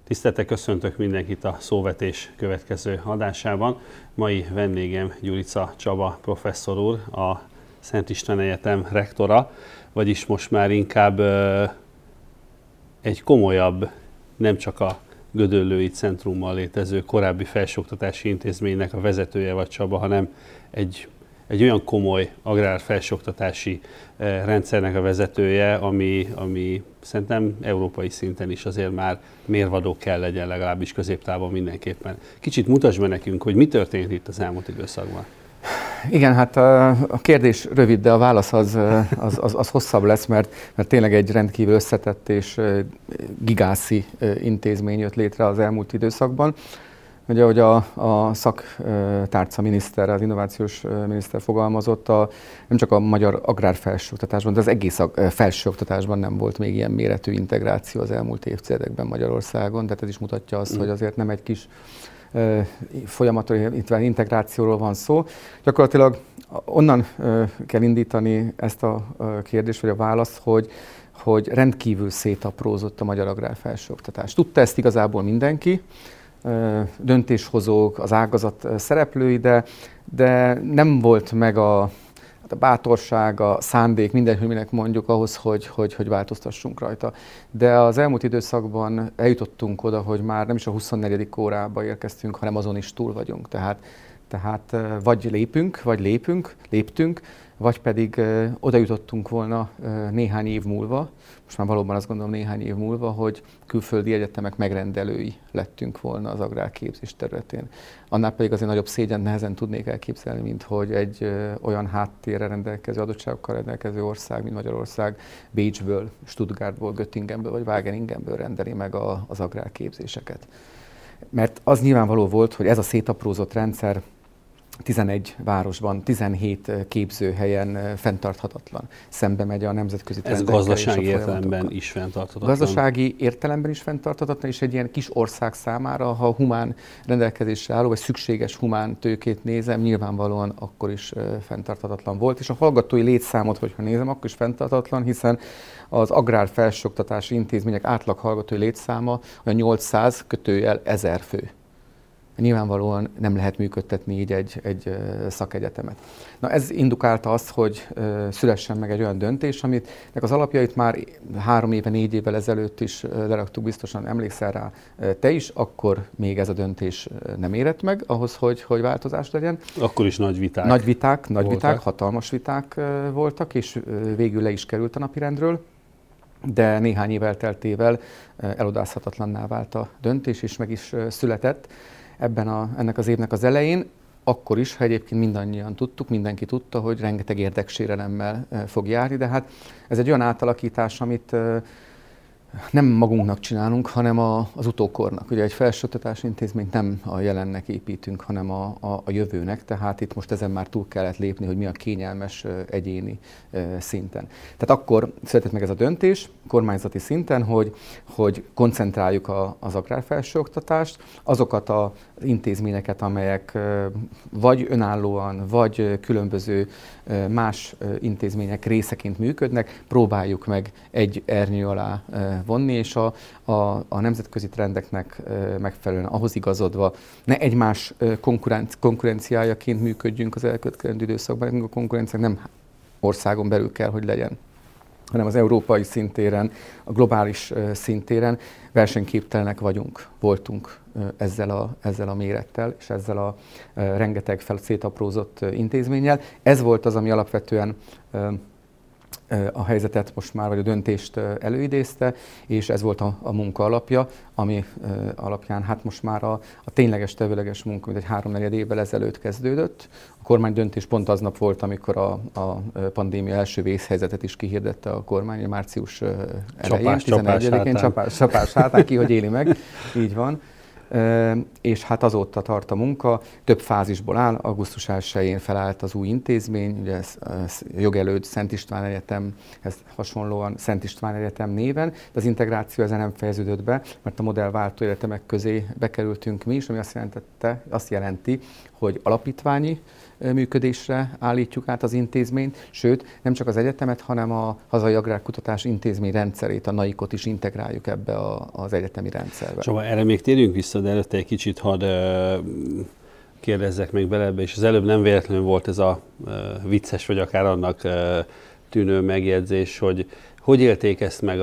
Tisztelettel köszöntök mindenkit a Szóvetés következő adásában. Mai vendégem Gyurica Csaba professzor úr, a Szent István Egyetem rektora, vagyis most már inkább egy komolyabb, nem csak a Gödöllői Centrummal létező korábbi felsőoktatási intézménynek a vezetője vagy Csaba, hanem egy olyan komoly agrárfelsőoktatási rendszernek a vezetője, ami szerintem európai szinten is azért már mérvadó kell legyen, legalábbis középtávon mindenképpen. Kicsit mutasd be nekünk, hogy mi történt itt az elmúlt időszakban. Igen, hát a kérdés rövid, de a válasz az hosszabb lesz, mert tényleg egy rendkívül összetett és gigászi intézmény jött létre az elmúlt időszakban. Ugye, ahogy a szaktárca miniszter, az innovációs miniszter fogalmazott, nem csak a magyar agrárfelsőoktatásban, de az egész felsőoktatásban nem volt még ilyen méretű integráció az elmúlt évtizedekben Magyarországon. Tehát ez is mutatja azt, hogy azért nem egy kis folyamatos integrációról van szó. Gyakorlatilag onnan kell indítani ezt a kérdést, vagy a választ, hogy rendkívül szétaprózott a magyar agrárfelsőoktatás. Tudta ezt igazából mindenki, döntéshozók, az ágazat szereplői, de nem volt meg a bátorság, a szándék, mindenki, minek mondjuk ahhoz, hogy változtassunk rajta. De az elmúlt időszakban eljutottunk oda, hogy már nem is a 24. órába érkeztünk, hanem azon is túl vagyunk. Tehát vagy léptünk, vagy pedig oda jutottunk volna néhány év múlva, most már valóban azt gondolom néhány év múlva, hogy külföldi egyetemek megrendelői lettünk volna az agrárképzés területén. Annál pedig azért nagyobb szégyent nehezen tudnék elképzelni, mint hogy egy olyan háttérre rendelkező, adottságokkal rendelkező ország, mint Magyarország, Bécsből, Stuttgartból, Göttingenből vagy Wageningenből rendeli meg az agrárképzéseket. Mert az nyilvánvaló volt, hogy ez a szétaprózott rendszer 11 városban, 17 képzőhelyen fenntarthatatlan. Szembe megy a nemzetközi trendekkel. Ez gazdasági értelemben is fenntarthatatlan. Gazdasági értelemben is fenntarthatatlan, és egy ilyen kis ország számára, ha humán rendelkezésre álló, vagy szükséges humán tőkét nézem, nyilvánvalóan akkor is fenntarthatatlan volt. És a hallgatói létszámot, hogyha nézem, akkor is fenntarthatatlan, hiszen az agrárfelsőoktatási intézmények átlag hallgatói létszáma olyan 800-1000 fő. Nyilvánvalóan nem lehet működtetni így egy szakegyetemet. Na ez indukálta azt, hogy szülessen meg egy olyan döntés, aminek az alapjait már 3 éve, 4 évvel ezelőtt is leraktuk, biztosan emlékszel rá te is, akkor még ez a döntés nem érett meg ahhoz, hogy változás legyen. Akkor is nagy viták. Nagy viták, hatalmas viták voltak, és végül le is került a napirendről. De néhány év elteltével elodázhatatlanná vált a döntés, és meg is született ennek az évnek az elején, akkor is, ha egyébként mindannyian tudtuk, mindenki tudta, hogy rengeteg érdeksérelemmel fog járni, de hát ez egy olyan átalakítás, amit nem magunknak csinálunk, hanem az utókornak. Ugye egy felsőoktatási intézményt nem a jelennek építünk, hanem a jövőnek, tehát itt most ezen már túl kellett lépni, hogy mi a kényelmes egyéni szinten. Tehát akkor született meg ez a döntés kormányzati szinten, hogy koncentráljuk az agrárfelsőoktatást, azokat az intézményeket, amelyek vagy önállóan, vagy különböző más intézmények részeként működnek, próbáljuk meg egy ernyő alá vonni, és a nemzetközi trendeknek megfelelően, ahhoz igazodva, ne egymás konkurenciájaként működjünk az elkövetkező időszakban, a konkurencia nem országon belül kell, hogy legyen, hanem az európai szintéren, a globális szintéren versenyképtelenek voltunk ezzel a mérettel, és ezzel a rengeteg szétaprózott intézménnyel. Ez volt az, ami alapvetően a helyzetet most már, vagy a döntést előidézte, és ez volt a munka alapja, ami alapján hát most már a tényleges tevőleges munka, mint egy 3-4 évvel ezelőtt kezdődött. A kormány döntés pont aznap volt, amikor a pandémia első vészhelyzetet is kihirdette a kormány, március elején, 11-én, csapás hátán, ki hogy éli meg, így van. És hát azóta tart a munka, több fázisból áll, augusztus 1-én felállt az új intézmény, ugye ez jogelőtt Szent István Egyetemhez hasonlóan Szent István Egyetem néven, de az integráció ezen nem fejeződött be, mert a modellváltó egyetemek közé bekerültünk mi is, ami azt jelenti, hogy alapítványi működésre állítjuk át az intézményt, sőt, nem csak az egyetemet, hanem a Hazai Agrárkutatás Intézmény rendszerét, a NAIK-ot is integráljuk ebbe az egyetemi rendszerbe. Csaba, erre még térjünk vissza, de előtte egy kicsit hadd kérdezzek még bele ebbe, és az előbb nem véletlenül volt ez a vicces, vagy akár annak tűnő megjegyzés, hogy élték ezt meg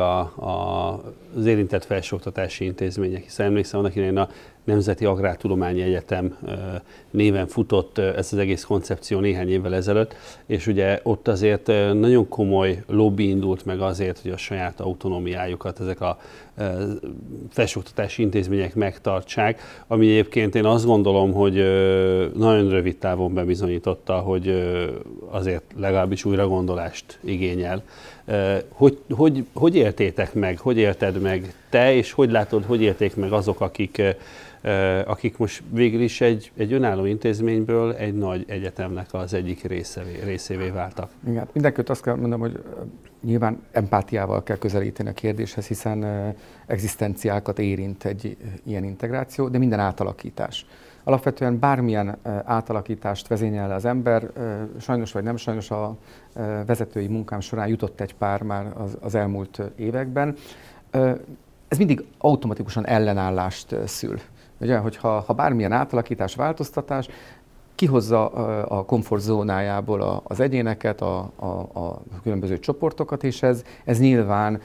az érintett felsőoktatási intézmények, hiszen emlékszem, annak idején a Nemzeti Agrártudományi Egyetem néven futott ez az egész koncepció néhány évvel ezelőtt, és ugye ott azért nagyon komoly lobby indult meg azért, hogy a saját autonómiájukat ezek a felsőoktatási intézmények megtartsák, ami egyébként én azt gondolom, hogy nagyon rövid távon bebizonyította, hogy azért legalábbis újragondolást igényel. Hogy éltétek meg, hogy élted meg te, és hogy látod, hogy élték meg azok, akik most végül is egy önálló intézményből egy nagy egyetemnek az egyik részévé váltak? Igen, mindenkit azt kell mondanom, hogy nyilván empátiával kell közelíteni a kérdéshez, hiszen egzisztenciákat érint egy ilyen integráció, de minden átalakítás. Alapvetően bármilyen átalakítást vezényel az ember, sajnos vagy nem sajnos a vezetői munkám során jutott egy pár már az elmúlt években. Ez mindig automatikusan ellenállást szül. Ugye, hogyha bármilyen átalakítás, változtatás kihozza a komfortzónájából az egyéneket, a különböző csoportokat, és ez nyilván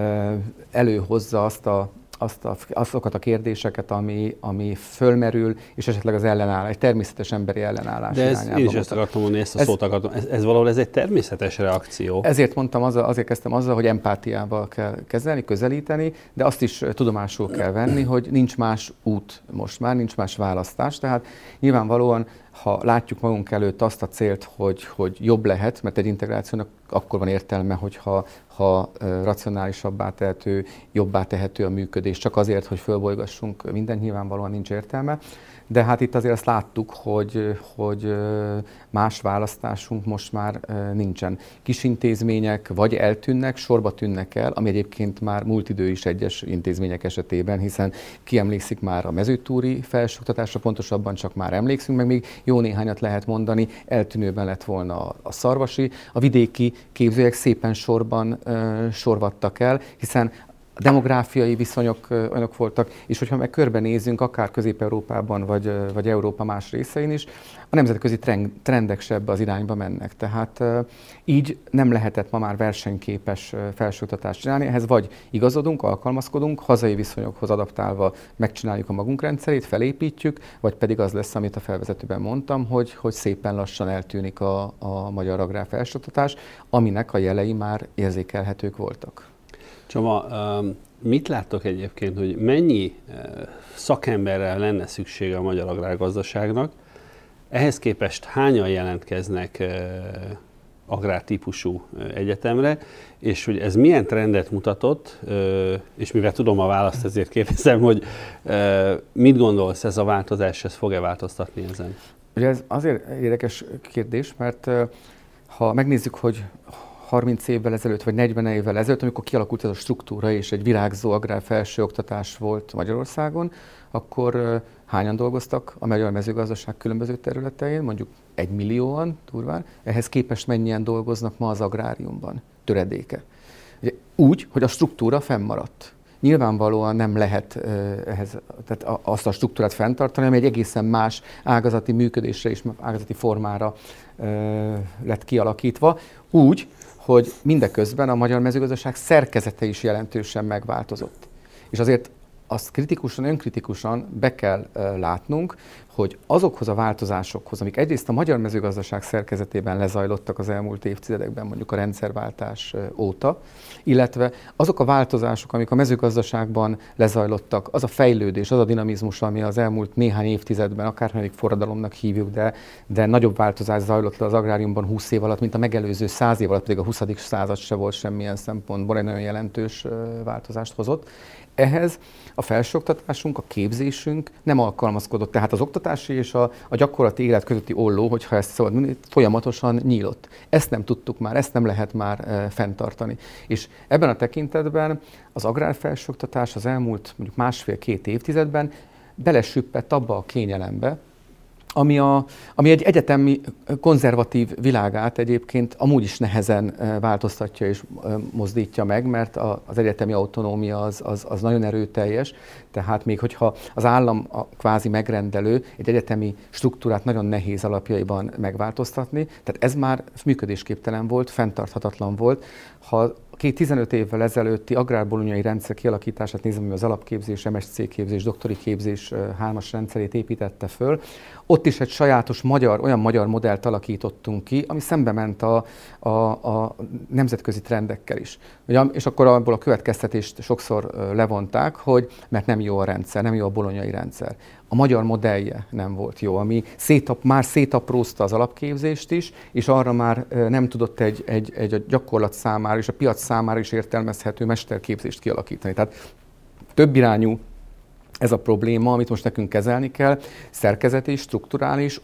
előhozza azokat a kérdéseket, ami fölmerül, és esetleg az ellenállás, egy természetes emberi ellenállás irányába. De én is ezt akartam mondani, ezt a szót akartam. Ez valahol egy természetes reakció. Ezért mondtam, azért kezdtem azzal, hogy empátiával kell kezelni, közelíteni, de azt is tudomásul kell venni, hogy nincs más út most már, nincs más választás. Tehát nyilvánvalóan, ha látjuk magunk előtt azt a célt, hogy jobb lehet, mert egy integrációnak akkor van értelme, hogyha racionálisabbá tehető, jobbá tehető a működés, csak azért, hogy fölbolygassunk mindent, nyilvánvalóan nincs értelme. De hát itt azért azt láttuk, hogy más választásunk most már nincsen. Kis intézmények vagy eltűnnek, sorba tűnnek el, ami egyébként már múlt idő is egyes intézmények esetében, hiszen ki emlékszik már a mezőtúri felsőoktatásra, pontosabban csak már emlékszünk, meg még jó néhányat lehet mondani, eltűnőben lett volna a szarvasi, a vidéki képzőek szépen sorvadtak el, hiszen a demográfiai viszonyok olyanok voltak, és hogyha meg körbenézünk, akár Közép-Európában, vagy Európa más részein is, a nemzetközi trendek se ebbe az irányba mennek. Tehát így nem lehetett ma már versenyképes felsőoktatást csinálni. Ehhez vagy igazodunk, alkalmazkodunk, hazai viszonyokhoz adaptálva megcsináljuk a magunk rendszerét, felépítjük, vagy pedig az lesz, amit a felvezetőben mondtam, hogy szépen lassan eltűnik a magyar agrár felsőoktatás, aminek a jelei már érzékelhetők voltak. Csaba, mit láttok egyébként, hogy mennyi szakemberrel lenne szüksége a magyar agrárgazdaságnak? Ehhez képest hányan jelentkeznek agrártípusú egyetemre, és hogy ez milyen trendet mutatott, és mivel tudom a választ, ezért kérdezem, hogy mit gondolsz, ez a változás, ez fog-e változtatni ezen? Ugye ez azért érdekes kérdés, mert ha megnézzük, hogy 30 évvel ezelőtt, vagy 40 évvel ezelőtt, amikor kialakult ez a struktúra és egy virágzó agrár felsőoktatás volt Magyarországon, akkor hányan dolgoztak a magyar mezőgazdaság különböző területein, mondjuk 1 millióan durván, ehhez képest mennyien dolgoznak ma az agráriumban, töredéke. Ugye, úgy, hogy a struktúra fennmaradt. Nyilvánvalóan nem lehet tehát azt a struktúrát fenntartani, ami egy egészen más ágazati működésre és ágazati formára lett kialakítva, úgy, hogy mindeközben a magyar mezőgazdaság szerkezete is jelentősen megváltozott. És azért azt kritikusan, önkritikusan be kell látnunk, hogy azokhoz a változásokhoz, amik egyrészt a magyar mezőgazdaság szerkezetében lezajlottak az elmúlt évtizedekben, mondjuk a rendszerváltás óta, illetve azok a változások, amik a mezőgazdaságban lezajlottak, az a fejlődés, az a dinamizmus, ami az elmúlt néhány évtizedben, akármelyik forradalomnak hívjuk, de nagyobb változás zajlott le az agráriumban 20 év alatt, mint a megelőző 100 év alatt, pedig a 20. század se volt semmilyen szempontból egy nagyon jelentős változást hozott. Ehhez a felsőoktatásunk, a képzésünk nem alkalmazkodott, tehát az oktatási és a gyakorlati élet közötti olló, hogyha ezt szabad mondani, folyamatosan nyílott. Ezt nem tudtuk már, ezt nem lehet már fenntartani. És ebben a tekintetben az agrárfelsőoktatás az elmúlt mondjuk 1,5-2 évtizedben belesüppett abba a kényelembe, ami egy egyetemi konzervatív világát egyébként amúgy is nehezen változtatja és mozdítja meg, mert az egyetemi autonómia az nagyon erőteljes, tehát még hogyha az állam a kvázi megrendelő, egy egyetemi struktúrát nagyon nehéz alapjaiban megváltoztatni, tehát ez már működésképtelen volt, fenntarthatatlan volt. Ha 15 évvel ezelőtti agrárbolonyai rendszer kialakítását nézem, ami az alapképzés, MSC képzés, doktori képzés 3-as rendszerét építette föl, ott is egy sajátos olyan magyar modellt alakítottunk ki, ami szembe ment a nemzetközi trendekkel is. És akkor abból a következtetést sokszor levonták, hogy mert nem jó a rendszer, nem jó a bolonyai rendszer. A magyar modellje nem volt jó, ami már szétaprózta az alapképzést is, és arra már nem tudott egy a gyakorlat számára és a piac számára is értelmezhető mesterképzést kialakítani. Tehát többirányú ez a probléma, amit most nekünk kezelni kell, szerkezeti, strukturális,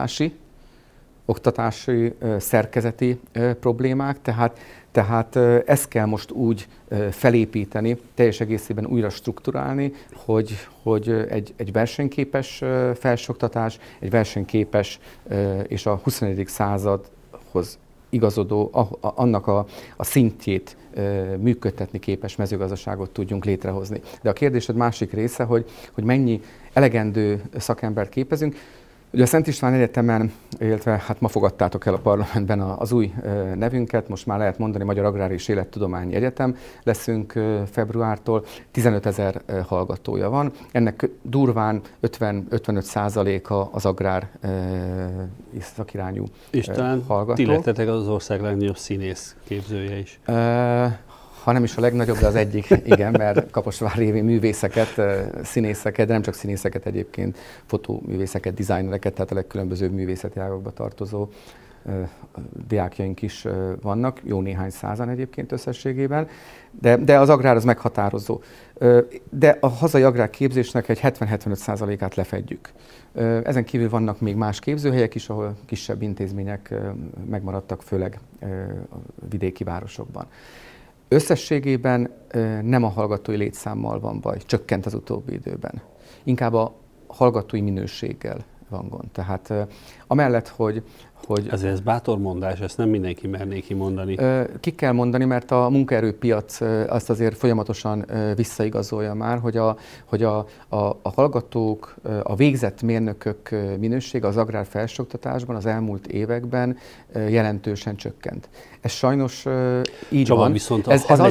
oktatási szerkezeti problémák, tehát ezt kell most úgy felépíteni, teljes egészében újra strukturálni, hogy egy versenyképes felsőoktatás, egy versenyképes és a 21. századhoz igazodó, annak a szintjét működtetni képes mezőgazdaságot tudjunk létrehozni. De a kérdésed másik része, hogy mennyi elegendő szakembert képezünk. Ugye a Szent István Egyetemen, illetve hát ma fogadtátok el a parlamentben az új nevünket, most már lehet mondani Magyar Agrár és Élettudományi Egyetem leszünk februártól, 15 000 hallgatója van. Ennek durván 50-55% az agrár szakirányú hallgató. Ti lettetek az ország legnagyobb színész képzője is. Ha nem is a legnagyobb, de az egyik, igen, mert Kaposvárrévi művészeket, színészeket, de nem csak színészeket egyébként, fotóművészeket, dizájnereket, tehát a legkülönbözőbb művészeti ágakba tartozó diákjaink is vannak, jó néhány százan egyébként összességében, de az agrár az meghatározó. De a hazai agrárképzésnek egy 70-75%-át lefedjük. Ezen kívül vannak még más képzőhelyek is, ahol kisebb intézmények megmaradtak, főleg a vidéki városokban. Összességében nem a hallgatói létszámmal van baj, csökkent az utóbbi időben. Inkább a hallgatói minőséggel van gond. Tehát amellett, hogy ezért ez bátor mondás, ezt nem mindenki merné kimondani. Ki kell mondani, mert a munkaerőpiac azt azért folyamatosan visszaigazolja már, hogy a hallgatók, a végzett mérnökök minősége az agrár felsőoktatásban az elmúlt években jelentősen csökkent. Ez sajnos így Csaba, van. Viszont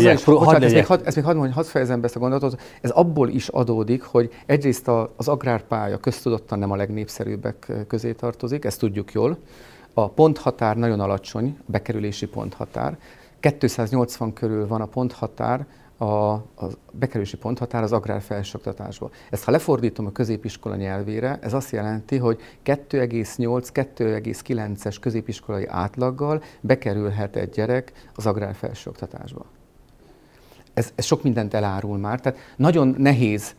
hadd fejezem be ezt a gondolatot. Ez abból is adódik, hogy egyrészt az agrárpálya köztudottan nem a legnépszerűbbek közé tartozik, ezt tudjuk jól. A ponthatár nagyon alacsony, a bekerülési ponthatár. 280 körül van a ponthatár, a bekerülési ponthatár az agrár felsőoktatásba. Ezt ha lefordítom a középiskola nyelvére, ez azt jelenti, hogy 2,8-2,9-es középiskolai átlaggal bekerülhet egy gyerek az agrár felsőoktatásba. Ez sok mindent elárul már, tehát nagyon nehéz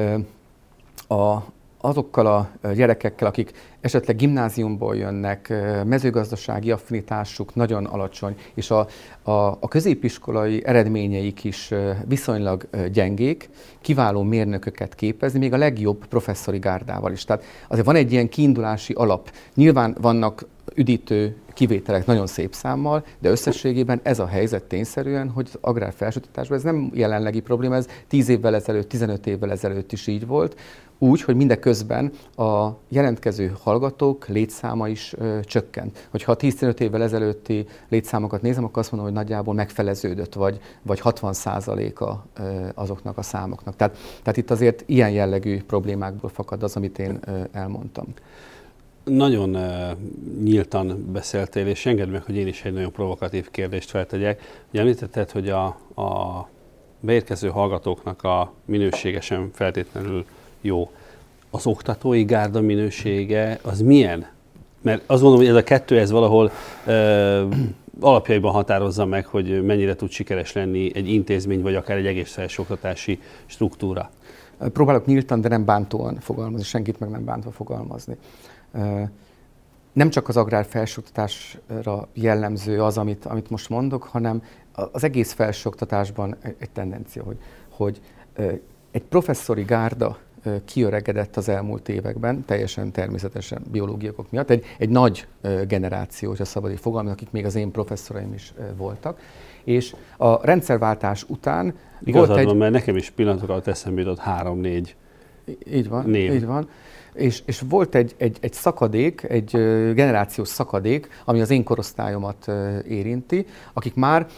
azokkal a gyerekekkel, akik esetleg gimnáziumból jönnek, mezőgazdasági affinitásuk nagyon alacsony, és a középiskolai eredményeik is viszonylag gyengék, kiváló mérnököket képezni, még a legjobb professzori gárdával is. Tehát azért van egy ilyen kiindulási alap. Nyilván vannak üdítő kivételek nagyon szép számmal, de összességében ez a helyzet tényszerűen, hogy az agrár felsőoktatásban ez nem jelenlegi probléma, ez 10 évvel ezelőtt, 15 évvel ezelőtt is így volt. Úgy, hogy mindeközben a jelentkező hallgatók létszáma is csökkent. Hogyha a 10-15 évvel ezelőtti létszámokat nézem, akkor azt mondom, hogy nagyjából megfeleződött, vagy 60%-a azoknak a számoknak. Tehát itt azért ilyen jellegű problémákból fakad az, amit én elmondtam. Nagyon nyíltan beszéltél, és engedd meg, hogy én is egy nagyon provokatív kérdést feltegyek. Ugye említetted, hogy a beérkező hallgatóknak a minősége sem feltétlenül jó. Az oktatói gárda minősége az milyen? Mert azt gondolom, hogy ez a kettő, ez valahol alapjaiban határozza meg, hogy mennyire tud sikeres lenni egy intézmény, vagy akár egy egész felsőoktatási struktúra. Próbálok nyíltan, de nem bántóan fogalmazni, senkit meg nem bántva fogalmazni. Nem csak az agrár felsőoktatásra jellemző az, amit most mondok, hanem az egész felsőoktatásban egy tendencia, hogy egy professzori gárda kiöregedett az elmúlt években, teljesen természetesen biológiai okok miatt. Egy nagy generáció, hogyha szabad így fogalmazni, akik még az én professzoraim is voltak. És a rendszerváltás után igazad van, mert nekem is pillanatra alatt eszembe jutott 3-4 név. Így van. És volt egy szakadék, egy generációs szakadék, ami az én korosztályomat érinti, akik már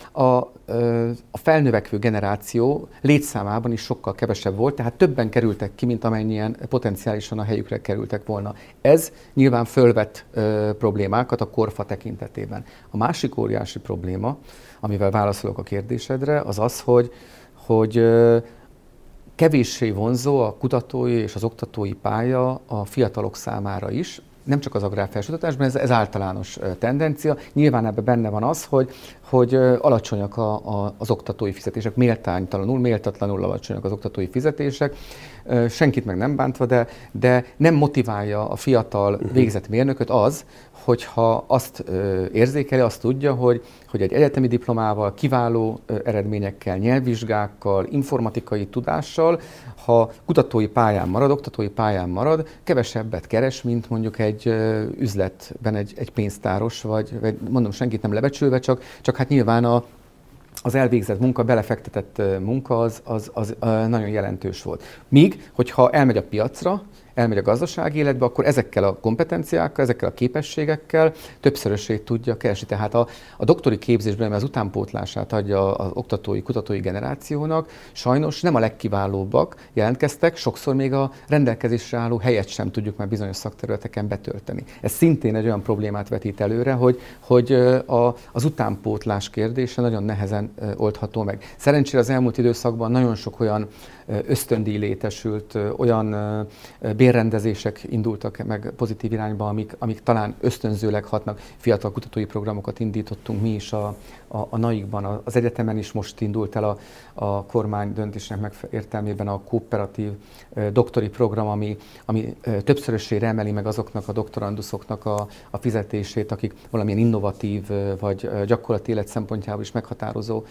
a felnövekvő generáció létszámában is sokkal kevesebb volt, tehát többen kerültek ki, mint amennyien potenciálisan a helyükre kerültek volna. Ez nyilván fölvet problémákat a korfa tekintetében. A másik óriási probléma, amivel válaszolok a kérdésedre, az az, hogy kevéssé vonzó a kutatói és az oktatói pálya a fiatalok számára is, nem csak az agrárfelsőoktatásban, ez általános tendencia. Nyilván ebben benne van az, hogy alacsonyak az oktatói fizetések, méltatlanul alacsonyak az oktatói fizetések, senkit meg nem bántva, de nem motiválja a fiatal végzett mérnököt az, hogyha azt érzékeli, azt tudja, hogy egy egyetemi diplomával, kiváló eredményekkel, nyelvvizsgákkal, informatikai tudással, ha kutatói pályán marad, oktatói pályán marad, kevesebbet keres, mint mondjuk egy üzletben egy pénztáros, vagy mondom, senkit nem lebecsülve, csak hát nyilván az elvégzett munka, belefektetett munka az nagyon jelentős volt. Míg, hogyha elmegy a piacra, elmegy a gazdasági életbe, akkor ezekkel a kompetenciákkal, ezekkel a képességekkel többszörösét tudja keresni. Tehát a doktori képzésben az utánpótlását adja az oktatói, kutatói generációnak, sajnos nem a legkiválóbbak jelentkeztek, sokszor még a rendelkezésre álló helyet sem tudjuk már bizonyos szakterületeken betölteni. Ez szintén egy olyan problémát vetít előre, hogy az utánpótlás kérdése nagyon nehezen oldható meg. Szerencsére az elmúlt időszakban nagyon sok olyan ösztöndíj létesült, olyan bérrendezések indultak meg pozitív irányba, amik talán ösztönzőleg hatnak. Fiatal kutatói programokat indítottunk mi is a NAIK-ban, az egyetemen is most indult el a kormány döntésnek értelmében a kooperatív doktori program, ami többszörösére emeli meg azoknak a doktoranduszoknak a fizetését, akik valamilyen innovatív vagy gyakorlati élet szempontjából is meghatározó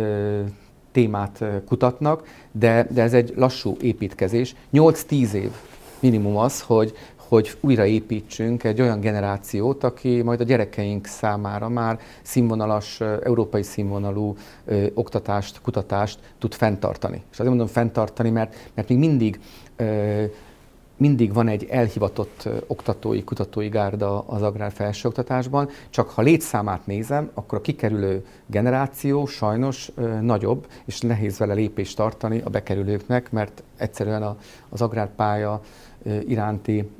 témát kutatnak, de ez egy lassú építkezés. 8-10 év minimum az, hogy újra építsünk egy olyan generációt, aki majd a gyerekeink számára már színvonalas, európai színvonalú oktatást, kutatást tud fenntartani. És azért mondom fenntartani, mert még mindig van egy elhivatott oktatói, kutatói gárda az agrár felsőoktatásban, csak ha létszámát nézem, akkor a kikerülő generáció sajnos nagyobb, és nehéz vele lépést tartani a bekerülőknek, mert egyszerűen az agrárpálya iránti,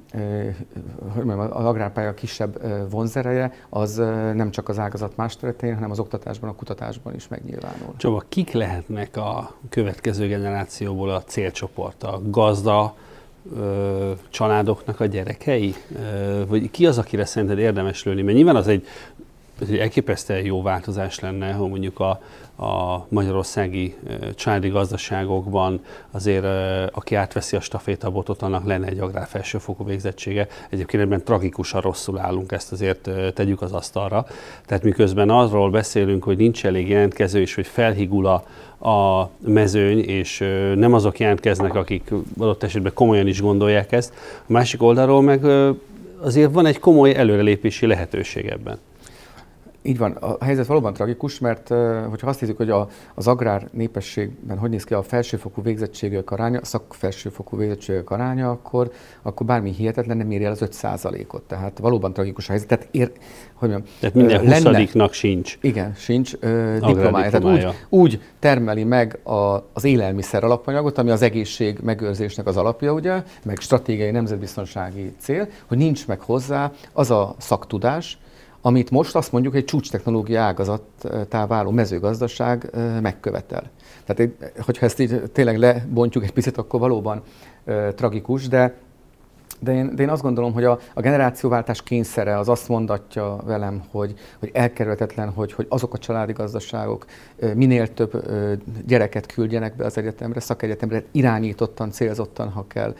az agrárpálya kisebb vonzereje, az nem csak az ágazat más területén, hanem az oktatásban, a kutatásban is megnyilvánul. Csaba, kik lehetnek a következő generációból a célcsoport? A gazda családoknak a gyerekei? Vagy ki az, akire szerinted érdemes lőni? Mert nyilván az egy elképesztően jó változás lenne, ha mondjuk a magyarországi családi gazdaságokban azért, aki átveszi a stafétabotot, annak lenne egy agrár felsőfokú végzettsége. Egyébként ebben tragikusan rosszul állunk, ezt azért tegyük az asztalra. Tehát miközben arról beszélünk, hogy nincs elég jelentkező, és hogy felhigul a mezőny, és nem azok jelentkeznek, akik adott esetben komolyan is gondolják ezt. A másik oldalról meg azért van egy komoly előrelépési lehetőség ebben. Így van, a helyzet valóban tragikus, mert hogyha azt nézzük, hogy az agrár népességben hogy néz ki a felsőfokú végzettségek aránya, a szakfelsőfokú végzettségek aránya, akkor bármi hihetetlen nem éri el az 5%-ot. Tehát valóban tragikus a helyzet. Tehát minden 20-nak sincs. Igen, sincs diplomája. Tehát úgy termeli meg az élelmiszer alapanyagot, ami az egészség megőrzésnek az alapja, ugye, meg stratégiai nemzetbiztonsági cél, hogy nincs meg hozzá az a szaktudás, amit most azt mondjuk egy csúcstechnológia ágazattá váló mezőgazdaság megkövetel. Tehát, hogyha ezt így tényleg lebontjuk egy picit, akkor valóban tragikus, de én azt gondolom, hogy a generációváltás kényszere az azt mondatja velem, hogy elkerülhetetlen, hogy azok a családi gazdaságok minél több gyereket küldjenek be az egyetemre, szakegyetemre, irányítottan, célzottan, ha kell,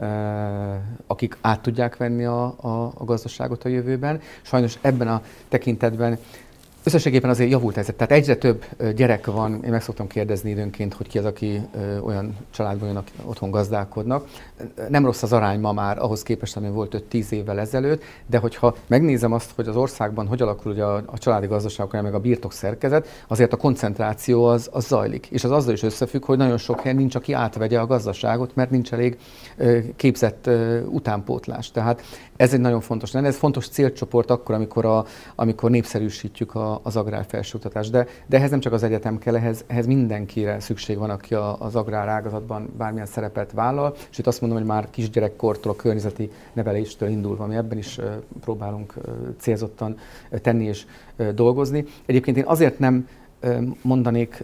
akik át tudják venni a gazdaságot a jövőben. Sajnos ebben a tekintetben Összességében azért javult helyzet. Tehát egyre több gyerek van, én meg szoktam kérdezni időnként, hogy ki az, aki olyan családban jön, aki otthon gazdálkodnak. Nem rossz az arány ma már ahhoz képest, ami volt 5-10 évvel ezelőtt, de hogyha megnézem azt, hogy az országban hogy alakul ugye a családi gazdaságokon, meg a birtok szerkezet, azért a koncentráció az zajlik. És az azzal is összefügg, hogy nagyon sok helyen nincs, aki átvegye a gazdaságot, mert nincs elég képzett utánpótlás. Tehát ez egy nagyon fontos lenne. Ez fontos célcsoport akkor, amikor népszerűsítjük az agrárfelsőoktatást. De ehhez nem csak az egyetem kell, ehhez mindenkire szükség van, aki az agrár ágazatban bármilyen szerepet vállal. És itt azt mondom, hogy már kisgyerekkortól, a környezeti neveléstől indulva, mi ebben is próbálunk célzottan tenni és dolgozni. Egyébként én azért nem mondanék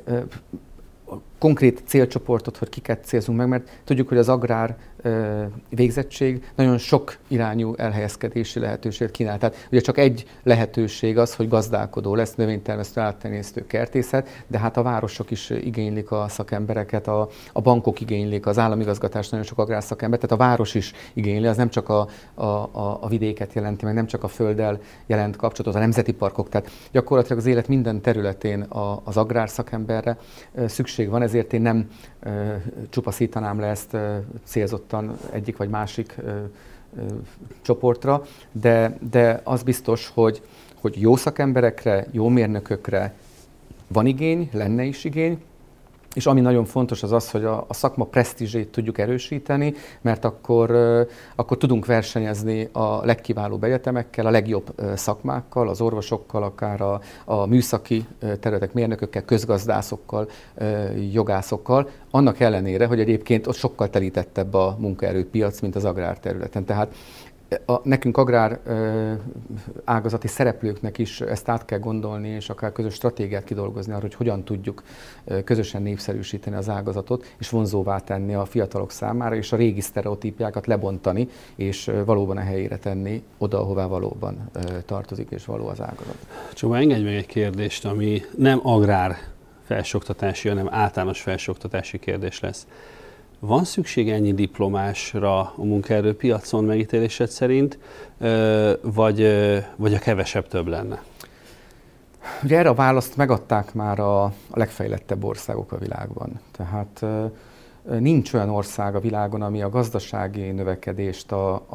konkrét célcsoportot, hogy kiket célzunk meg, mert tudjuk, hogy az agrár végzettség nagyon sok irányú elhelyezkedési lehetőséget kínál. Tehát ugye csak egy lehetőség az, hogy gazdálkodó lesz, növénytermesztő, állattenyésztő, kertészet, de hát a városok is igénylik a szakembereket, a bankok igénylik, az államigazgatás nagyon sok agrárszakember, tehát a város is igényli, az nem csak a vidéket jelenti, meg nem csak a földdel jelent kapcsolatot, a nemzeti parkok, tehát gyakorlatilag az élet minden területén az agrárszakemberre szükség van, ezért én nem csupaszítanám le ezt célzottan egyik vagy másik csoportra, de az biztos, hogy jó szakemberekre, jó mérnökökre van igény, lenne is igény, és ami nagyon fontos az az, hogy a szakma presztízsét tudjuk erősíteni, mert akkor tudunk versenyezni a legkiválóbb egyetemekkel, a legjobb szakmákkal, az orvosokkal, akár a műszaki területek mérnökökkel, közgazdászokkal, jogászokkal, annak ellenére, hogy egyébként ott sokkal telítettebb a munkaerőpiac, mint az agrárterületen. Tehát nekünk agrár ágazati szereplőknek is ezt át kell gondolni, és akár közös stratégiát kidolgozni arra, hogy hogyan tudjuk közösen népszerűsíteni az ágazatot, és vonzóvá tenni a fiatalok számára, és a régi sztereotípiákat lebontani, és valóban a helyére tenni oda, ahová valóban tartozik, és való az ágazat. Csaba, engedj meg egy kérdést, ami nem agrár felsőoktatási, hanem általános felsőoktatási kérdés lesz. Van szükség ennyi diplomásra a munkaerőpiacon megítélésed szerint, vagy a kevesebb több lenne? Ugye erre a választ megadták már a legfejlettebb országok a világban. Tehát nincs olyan ország a világon, ami a gazdasági növekedést,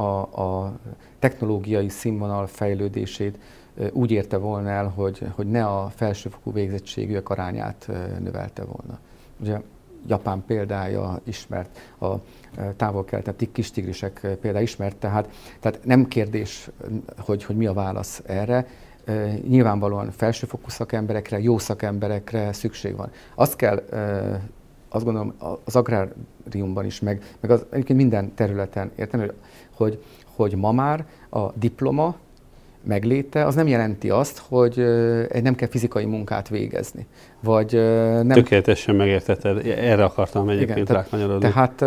a technológiai színvonal fejlődését úgy érte volna el, hogy ne a felsőfokú végzettségűek arányát növelte volna. Ugye Japán példája ismert, a távol-keleti kis tigrisek példája ismert, tehát nem kérdés, hogy mi a válasz erre. Nyilvánvalóan felsőfokú szakemberekre, jó szakemberekre szükség van. Azt kell, azt gondolom, az agráriumban is, meg az, egyébként minden területen érteni, hogy ma már a diploma megléte, az nem jelenti azt, hogy nem kell fizikai munkát végezni. Vagy nem... Tökéletesen megértetted, erre akartam egyébként rákanyarodni. Tehát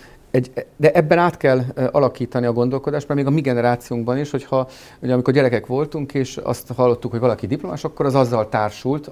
de ebben át kell alakítani a gondolkodást, mert még a mi generációnkban is, ugye amikor gyerekek voltunk, és azt hallottuk, hogy valaki diplomás, akkor az azzal társult,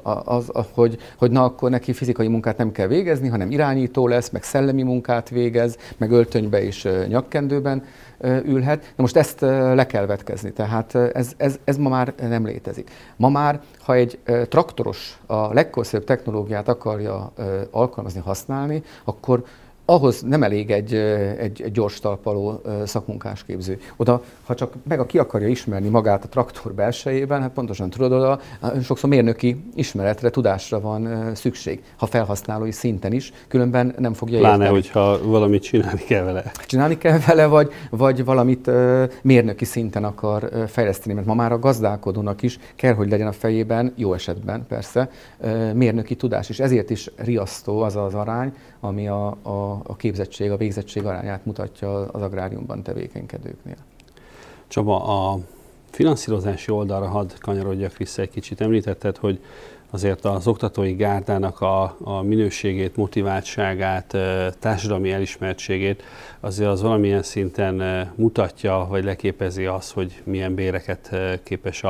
hogy na akkor neki fizikai munkát nem kell végezni, hanem irányító lesz, meg szellemi munkát végez, meg öltönybe és nyakkendőben ülhet. De most ezt le kell vetkezni, tehát ez ma már nem létezik. Ma már, ha egy traktoros a legkorszerűbb technológiát akarja alkalmazni, használni, akkor ahhoz nem elég egy gyors talpaló szakmunkásképző. Oda, ha csak ki akarja ismerni magát a traktor belsejében, hát pontosan tudod, oda sokszor mérnöki ismeretre, tudásra van szükség, ha felhasználói szinten is, különben nem fogja érteni. Pláne, hogyha valamit csinálni kell vele. Csinálni kell vele, vagy valamit mérnöki szinten akar fejleszteni, mert ma már a gazdálkodónak is kell, hogy legyen a fejében, jó esetben persze, mérnöki tudás, és ezért is riasztó az az arány, ami a képzettség, a végzettség arányát mutatja az agráriumban tevékenykedőknél. Csaba, a finanszírozási oldalra hadd kanyarodjak vissza egy kicsit. Említetted, hogy azért az oktatói gárdának a minőségét, motiváltságát, társadalmi elismertségét azért az valamilyen szinten mutatja, vagy leképezi az, hogy milyen béreket képes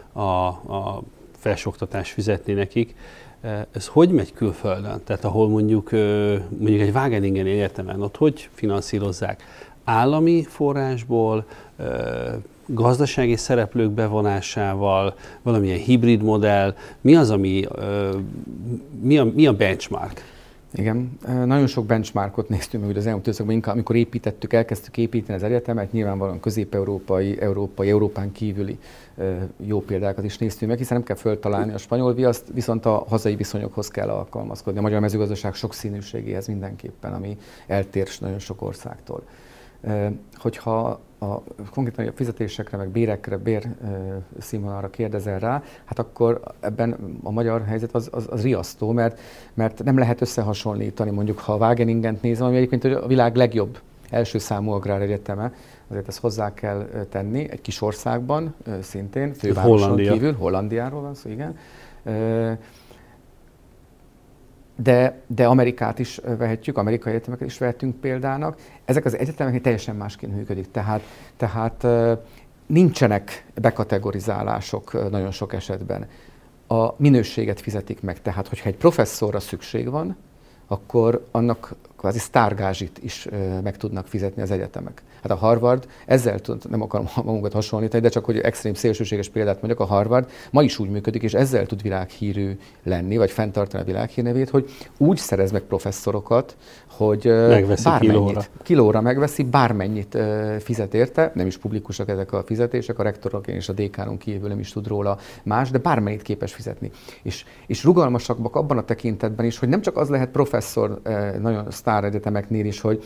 a felsőoktatás fizetni nekik. Ez hogy megy külföldön? Tehát ahol mondjuk egy Wageningeni egyetemen, ott hogy finanszírozzák? Állami forrásból, gazdasági szereplők bevonásával, valamilyen hibrid modell, mi az, mi a benchmark? Igen, nagyon sok benchmarkot néztünk meg az elmúlt időszakban, inkább amikor elkezdtük építeni az egyetemet, nyilvánvalóan közép-európai, Európán kívüli jó példákat is néztünk meg, hiszen nem kell föltalálni a spanyol viaszt, viszont a hazai viszonyokhoz kell alkalmazkodni. A magyar mezőgazdaság sokszínűségéhez mindenképpen, ami eltér nagyon sok országtól. Hogyha konkrétan a fizetésekre, meg bér színvonalra kérdezel rá, hát akkor ebben a magyar helyzet az riasztó, mert nem lehet összehasonlítani, mondjuk ha a Wageningent nézem, ami egyébként a világ legjobb első számú agráregyetemre, azért ezt hozzá kell tenni, egy kis országban szintén, fővároson kívül, Hollandiáról van szó, igen. De Amerikát is vehetjük, amerikai egyetemeket is vehetünk példának. Ezek az egyetemek teljesen másként működik, tehát nincsenek bekategorizálások nagyon sok esetben. A minőséget fizetik meg, tehát hogyha egy professzorra szükség van, akkor annak kvázi sztárgázsit is meg tudnak fizetni az egyetemek. Hát a Harvard, ezzel nem akarom magunkat hasonlítani, de csak hogy extrém szélsőséges példát mondjak, a Harvard ma is úgy működik, és ezzel tud világhírű lenni, vagy fenntartani a világhírnevét, hogy úgy szerez meg professzorokat, hogy bármennyit, kilóra megveszi, bármennyit fizet érte, nem is publikusak ezek a fizetések, a rektorok és a dékánon kívül nem is tud róla más, de bármennyit képes fizetni. És rugalmasabbak abban a tekintetben is, hogy nem csak az lehet professzor nagyon sztár egyetemeknél is, hogy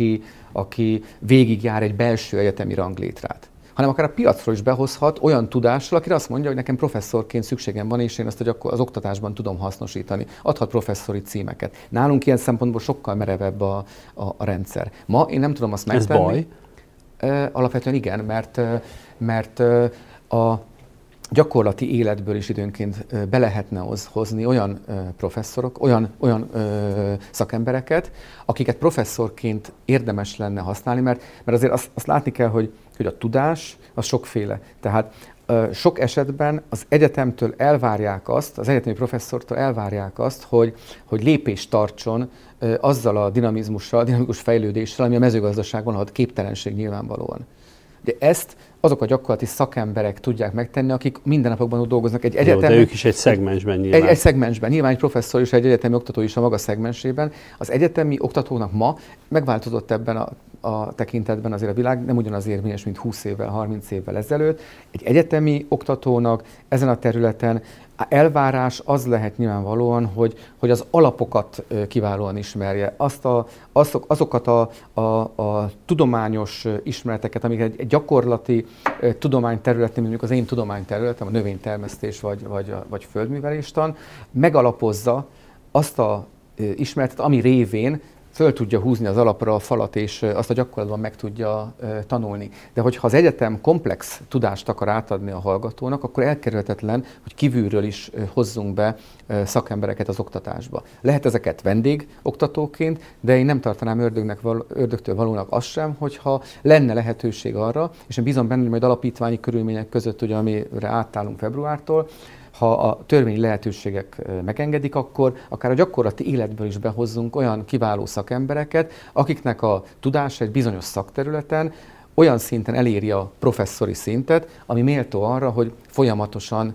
aki végigjár egy belső egyetemi ranglétrát, hanem akár a piacról is behozhat olyan tudással, akire azt mondja, hogy nekem professzorként szükségem van, és én ezt az oktatásban tudom hasznosítani. Adhat professzori címeket. Nálunk ilyen szempontból sokkal merevebb a rendszer. Ma én nem tudom azt megtenni. Ez baj? Alapvetően igen, mert a gyakorlati életből is időnként be lehetne hozni olyan professzorok, olyan szakembereket, akiket professzorként érdemes lenne használni, mert azért azt látni kell, hogy a tudás az sokféle. Tehát sok esetben az egyetemtől elvárják azt, az egyetemi professzortól elvárják azt, hogy lépést tartson azzal a dinamizmussal, dinamikus fejlődéssel, ami a mezőgazdaságban ad, képtelenség nyilvánvalóan. De ezt azok a gyakorlati szakemberek tudják megtenni, akik mindennapokban ott dolgoznak egy egyetemben. De ők is egy szegmensben nyilván. Egy szegmensben. Nyilván egy professzor és egy egyetemi oktató is a maga szegmensében. Az egyetemi oktatónak ma megváltozott ebben a tekintetben azért a világ, nem ugyanaz érvényes, mint 20 évvel, 30 évvel ezelőtt. Egy egyetemi oktatónak ezen a területen elvárás az lehet nyilvánvalóan, hogy az alapokat kiválóan ismerje, azokat a tudományos ismereteket, amik egy gyakorlati tudományterületen, mondjuk az én tudományterületem, a növénytermesztés vagy földműveléstan, megalapozza azt a ismeretet, ami révén föl tudja húzni az alapra a falat, és azt a gyakorlatban meg tudja tanulni. De hogyha az egyetem komplex tudást akar átadni a hallgatónak, akkor elkerülhetetlen, hogy kívülről is hozzunk be szakembereket az oktatásba. Lehet ezeket vendégoktatóként, de én nem tartanám ördögtől valónak azt sem, hogyha lenne lehetőség arra, és én bízom benne, hogy majd alapítványi körülmények között, ugye, amire átállunk februártól, ha a törvényi lehetőségek megengedik, akkor akár a gyakorlati életből is behozzunk olyan kiváló szakembereket, akiknek a tudása egy bizonyos szakterületen olyan szinten eléri a professzori szintet, ami méltó arra, hogy folyamatosan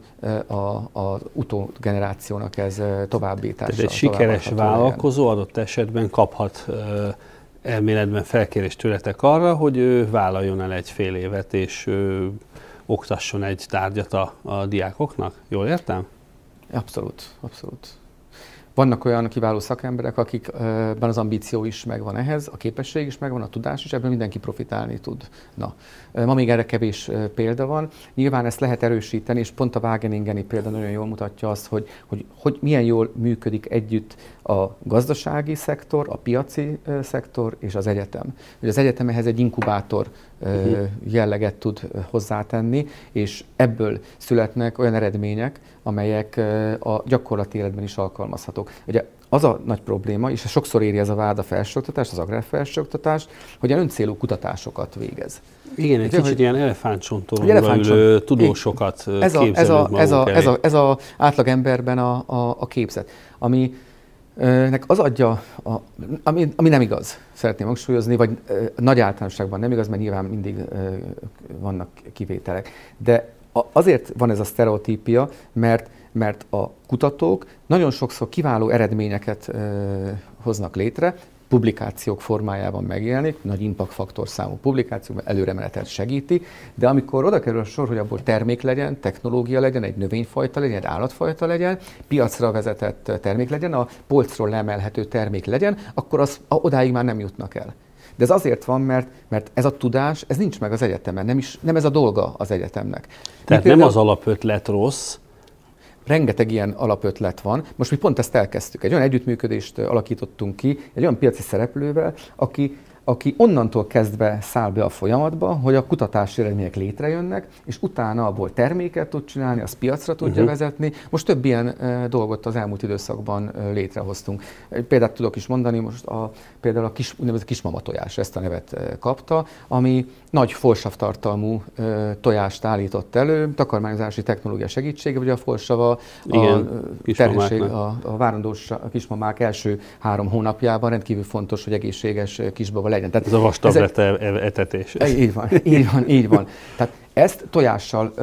az utógenerációnak ez továbbítása. Tehát egy sikeres vállalkozó adott esetben kaphat elméletben felkérést tőletek arra, hogy ő vállaljon el egy fél évet, és oktasson egy tárgyat a diákoknak? Jól értem? Abszolút, abszolút. Vannak olyan kiváló szakemberek, akikben az ambíció is megvan ehhez, a képesség is megvan, a tudás is, ebből mindenki profitálni tud. Ma még erre kevés példa van. Nyilván ezt lehet erősíteni, és pont a Wageningeni példa nagyon jól mutatja azt, hogy milyen jól működik együtt a gazdasági szektor, a piaci szektor és az egyetem. Hogy az egyetem ehhez egy inkubátor jelleget tud hozzátenni, és ebből születnek olyan eredmények, amelyek a gyakorlati életben is alkalmazhatók. Ugye az a nagy probléma, és sokszor éri ez a vád a felsőoktatást, az agrárfelsőoktatást, hogy ilyen öncélú kutatásokat végez. Igen, egy kicsit ilyen elefántcsontoronyban ülő tudósokat képzelünk magunkra. Ez az átlagemberben a képzet, ami nek az adja, ami nem igaz, szeretném hangsúlyozni, vagy nagy általánosságban nem igaz, mert nyilván mindig vannak kivételek. De azért van ez a sztereotípia, mert a kutatók nagyon sokszor kiváló eredményeket hoznak létre, publikációk formájában megjelenik, nagy impact-faktor számú publikációk, előremenetet segíti, de amikor oda kerül a sor, hogy abból termék legyen, technológia legyen, egy növényfajta legyen, egy állatfajta legyen, piacra vezetett termék legyen, a polcról leemelhető termék legyen, akkor odáig már nem jutnak el. De ez azért van, mert ez a tudás, ez nincs meg az egyetemen, nem ez a dolga az egyetemnek. Tehát nem az alapötlet rossz. Rengeteg ilyen alapötlet van. Most mi pont ezt elkezdtük. Egy olyan együttműködést alakítottunk ki, egy olyan piaci szereplővel, aki onnantól kezdve száll be a folyamatba, hogy a kutatási eredmények létrejönnek, és utána abból terméket tud csinálni, azt piacra tudja vezetni. Most több ilyen dolgot az elmúlt időszakban létrehoztunk. Egy példát tudok is mondani, most például a úgynevezett kismamatojás ezt a nevet kapta, ami nagy folsavtartalmú tojást állított elő, takarmányozási technológia segítsége, ugye a folsav a terhesség, a várandós kismamák első 3 hónapjában rendkívül fontos, hogy egészséges kisbaba legyen. Tehát ez a vastablett etetés. Így van. Tehát ezt tojással,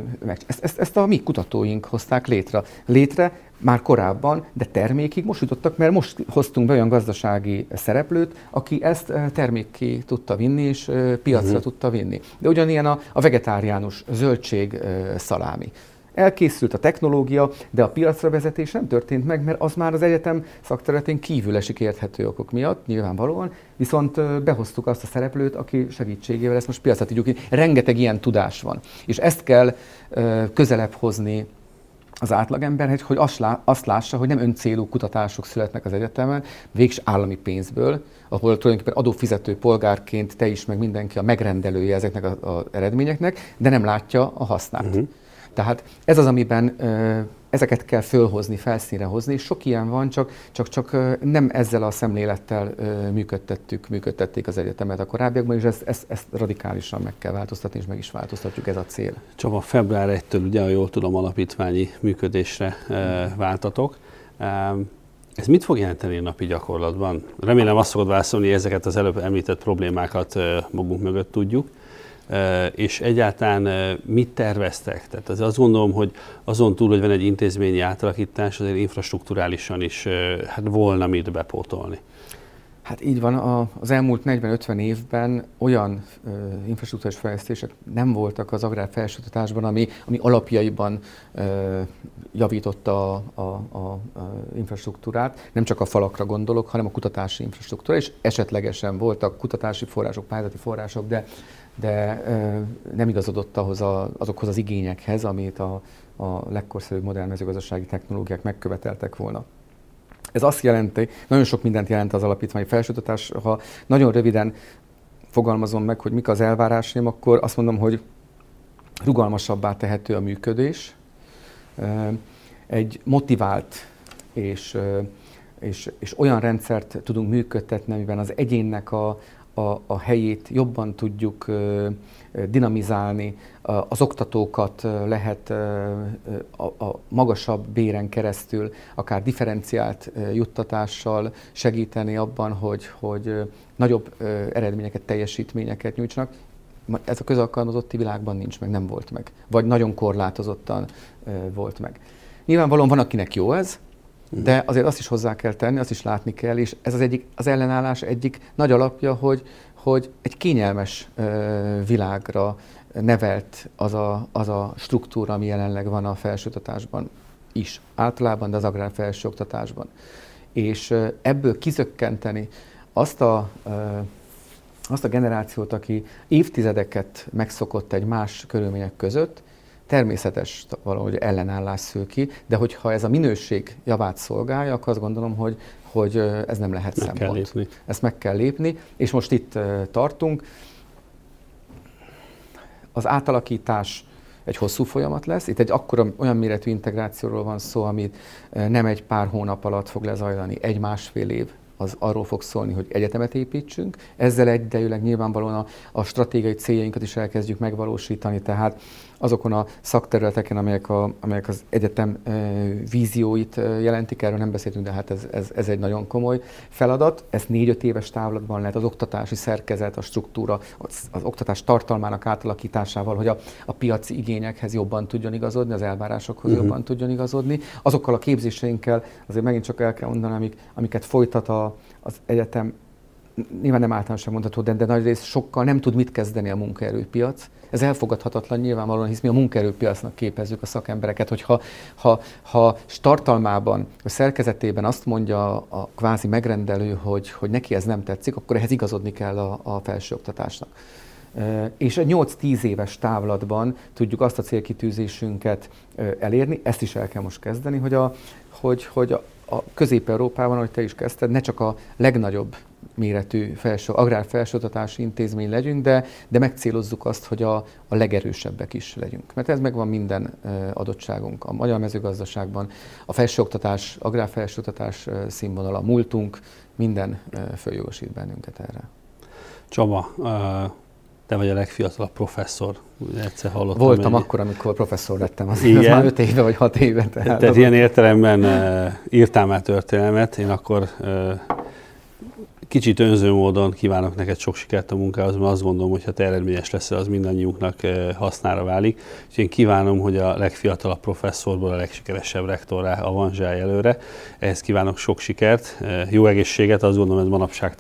ezt a mi kutatóink hozták létre már korábban, de termékig most jutottak, mert most hoztunk be olyan gazdasági szereplőt, aki ezt termékké tudta vinni, és piacra tudta vinni. De ugyanilyen a vegetáriánus zöldség szalámi. Elkészült a technológia, de a piacra vezetés nem történt meg, mert az már az egyetem szakterületén kívül esik érthető okok miatt, nyilvánvalóan, viszont behoztuk azt a szereplőt, aki segítségével ezt most piacra tudjuk vinni. Rengeteg ilyen tudás van, és ezt kell közelebb hozni az átlagemberhez, hogy azt lássa, hogy nem öncélú kutatások születnek az egyetemen, végs állami pénzből, ahol tulajdonképpen adófizető polgárként te is, meg mindenki a megrendelője ezeknek az eredményeknek, de nem látja a hasznát. Tehát ez az, amiben ezeket kell fölhozni, felszínre hozni, és sok ilyen van, csak nem ezzel a szemlélettel működtették az egyetemet a korábbiakban, és ezt radikálisan meg kell változtatni, és meg is változtatjuk, ez a cél. Csaba, február 1-től, ugye, ha jól tudom, alapítványi működésre váltatok. Ez mit fog jelenteni a napi gyakorlatban? Remélem azt fogod válaszolni, hogy ezeket az előbb említett problémákat magunk mögött tudjuk. És egyáltalán mit terveztek? Tehát azt gondolom, hogy azon túl, hogy van egy intézményi átalakítás, azért infrastrukturálisan is volna mit bepótolni. Hát így van, az elmúlt 40-50 évben olyan infrastruktúrás fejlesztések nem voltak az agrár felsőoktatásban, ami alapjaiban javította a infrastruktúrát. Nem csak a falakra gondolok, hanem a kutatási infrastruktúra, és esetlegesen voltak kutatási források, pályázati források, de nem igazodott azokhoz az igényekhez, amit a legkorszerűbb modern mezőgazdasági technológiák megköveteltek volna. Ez azt jelenti, nagyon sok mindent jelent az alapítványi felsőoktatás. Ha nagyon röviden fogalmazom meg, hogy mik az elvárásaim, akkor azt mondom, hogy rugalmasabbá tehető a működés, egy motivált és olyan rendszert tudunk működtetni, amiben az egyénnek a helyét jobban tudjuk dinamizálni, az oktatókat lehet a magasabb béren keresztül, akár differenciált juttatással segíteni abban, hogy nagyobb eredményeket, teljesítményeket nyújtsanak. Ez a közalkalmazotti világban nincs meg, nem volt meg, vagy nagyon korlátozottan volt meg. Nyilvánvalóan van, akinek jó ez, de azért azt is hozzá kell tenni, azt is látni kell, és ez az ellenállás egyik nagy alapja, hogy egy kényelmes világra nevelt az a struktúra, ami jelenleg van a felsőoktatásban is, általában, de az agrár felsőoktatásban. És ebből kizökkenteni azt a generációt, aki évtizedeket megszokott egy más körülmények között, természetes valahogy ellenállás szül ki, de hogyha ez a minőség javát szolgálja, akkor azt gondolom, hogy ez nem lehet szempont. Ezt meg kell lépni, és most itt tartunk. Az átalakítás egy hosszú folyamat lesz. Itt egy olyan méretű integrációról van szó, amit nem egy pár hónap alatt fog lezajlani, 1-1,5 év az arról fog szólni, hogy egyetemet építsünk. Ezzel egyidejűleg nyilvánvalóan a stratégiai céljainkat is elkezdjük megvalósítani, tehát azokon a szakterületeken, amelyek az egyetem vízióit jelentik, erről nem beszéltünk, de hát ez egy nagyon komoly feladat. Ez 4-5 éves távlatban lehet az oktatási szerkezet, a struktúra, az oktatás tartalmának átalakításával, hogy a piaci igényekhez jobban tudjon igazodni, az elvárásokhoz jobban tudjon igazodni. Azokkal a képzéseinkkel azért megint csak el kell mondani, amiket folytat az egyetem, nyilván nem általánosan mondható, de nagy rész sokkal nem tud mit kezdeni a munkaerőpiac. Ez elfogadhatatlan nyilvánvalóan, hisz mi a munkaerőpiacnak képezzük a szakembereket, hogyha ha tartalmában, a szerkezetében azt mondja a kvázi megrendelő, hogy neki ez nem tetszik, akkor ehhez igazodni kell a felsőoktatásnak. És a 8-10 éves távlatban tudjuk azt a célkitűzésünket elérni, ezt is el kell most kezdeni, hogy a Közép-Európában, ahogy te is kezdted, ne csak a legnagyobb méretű agrárfelsőoktatási intézmény legyünk, de megcélozzuk azt, hogy a legerősebbek is legyünk. Mert ez megvan minden adottságunk. A magyar mezőgazdaságban a felsőoktatás, agrárfelsőoktatás színvonala, a múltunk, minden följogosít bennünket erre. Csaba, te vagy a legfiatalabb professzor. Egyszer hallottam. Voltam akkor, amikor professzor lettem, az már 5 éve vagy 6 éve. Tehát ilyen értelemben írtál már történelmet. Én akkor kicsit önző módon kívánok neked sok sikert a munkához, mert azt gondolom, hogy ha te eredményes leszel, az mindannyiunknak hasznára válik. És én kívánom, hogy a legfiatalabb professzorból a legsikeresebb rektorrá avanzsálj előre. Ehhez kívánok sok sikert, jó egészséget, azt gondolom, ez manapság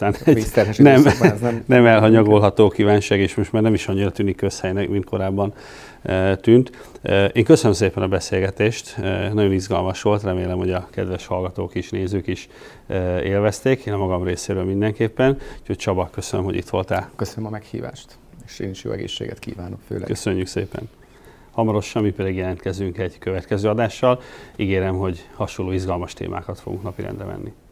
nem elhanyagolható kívánság, és most már nem is annyira tűnik közhelynek, mint korábban tűnt. Én köszönöm szépen a beszélgetést, nagyon izgalmas volt, remélem, hogy a kedves hallgatók is, nézők is élvezték, én a magam részéről mindenképpen. Úgyhogy Csaba, köszönöm, hogy itt voltál. Köszönöm a meghívást, és én is jó egészséget kívánok főleg. Köszönjük szépen. Hamarosan mi pedig jelentkezünk egy következő adással. Ígérem, hogy hasonló izgalmas témákat fogunk napirendre venni.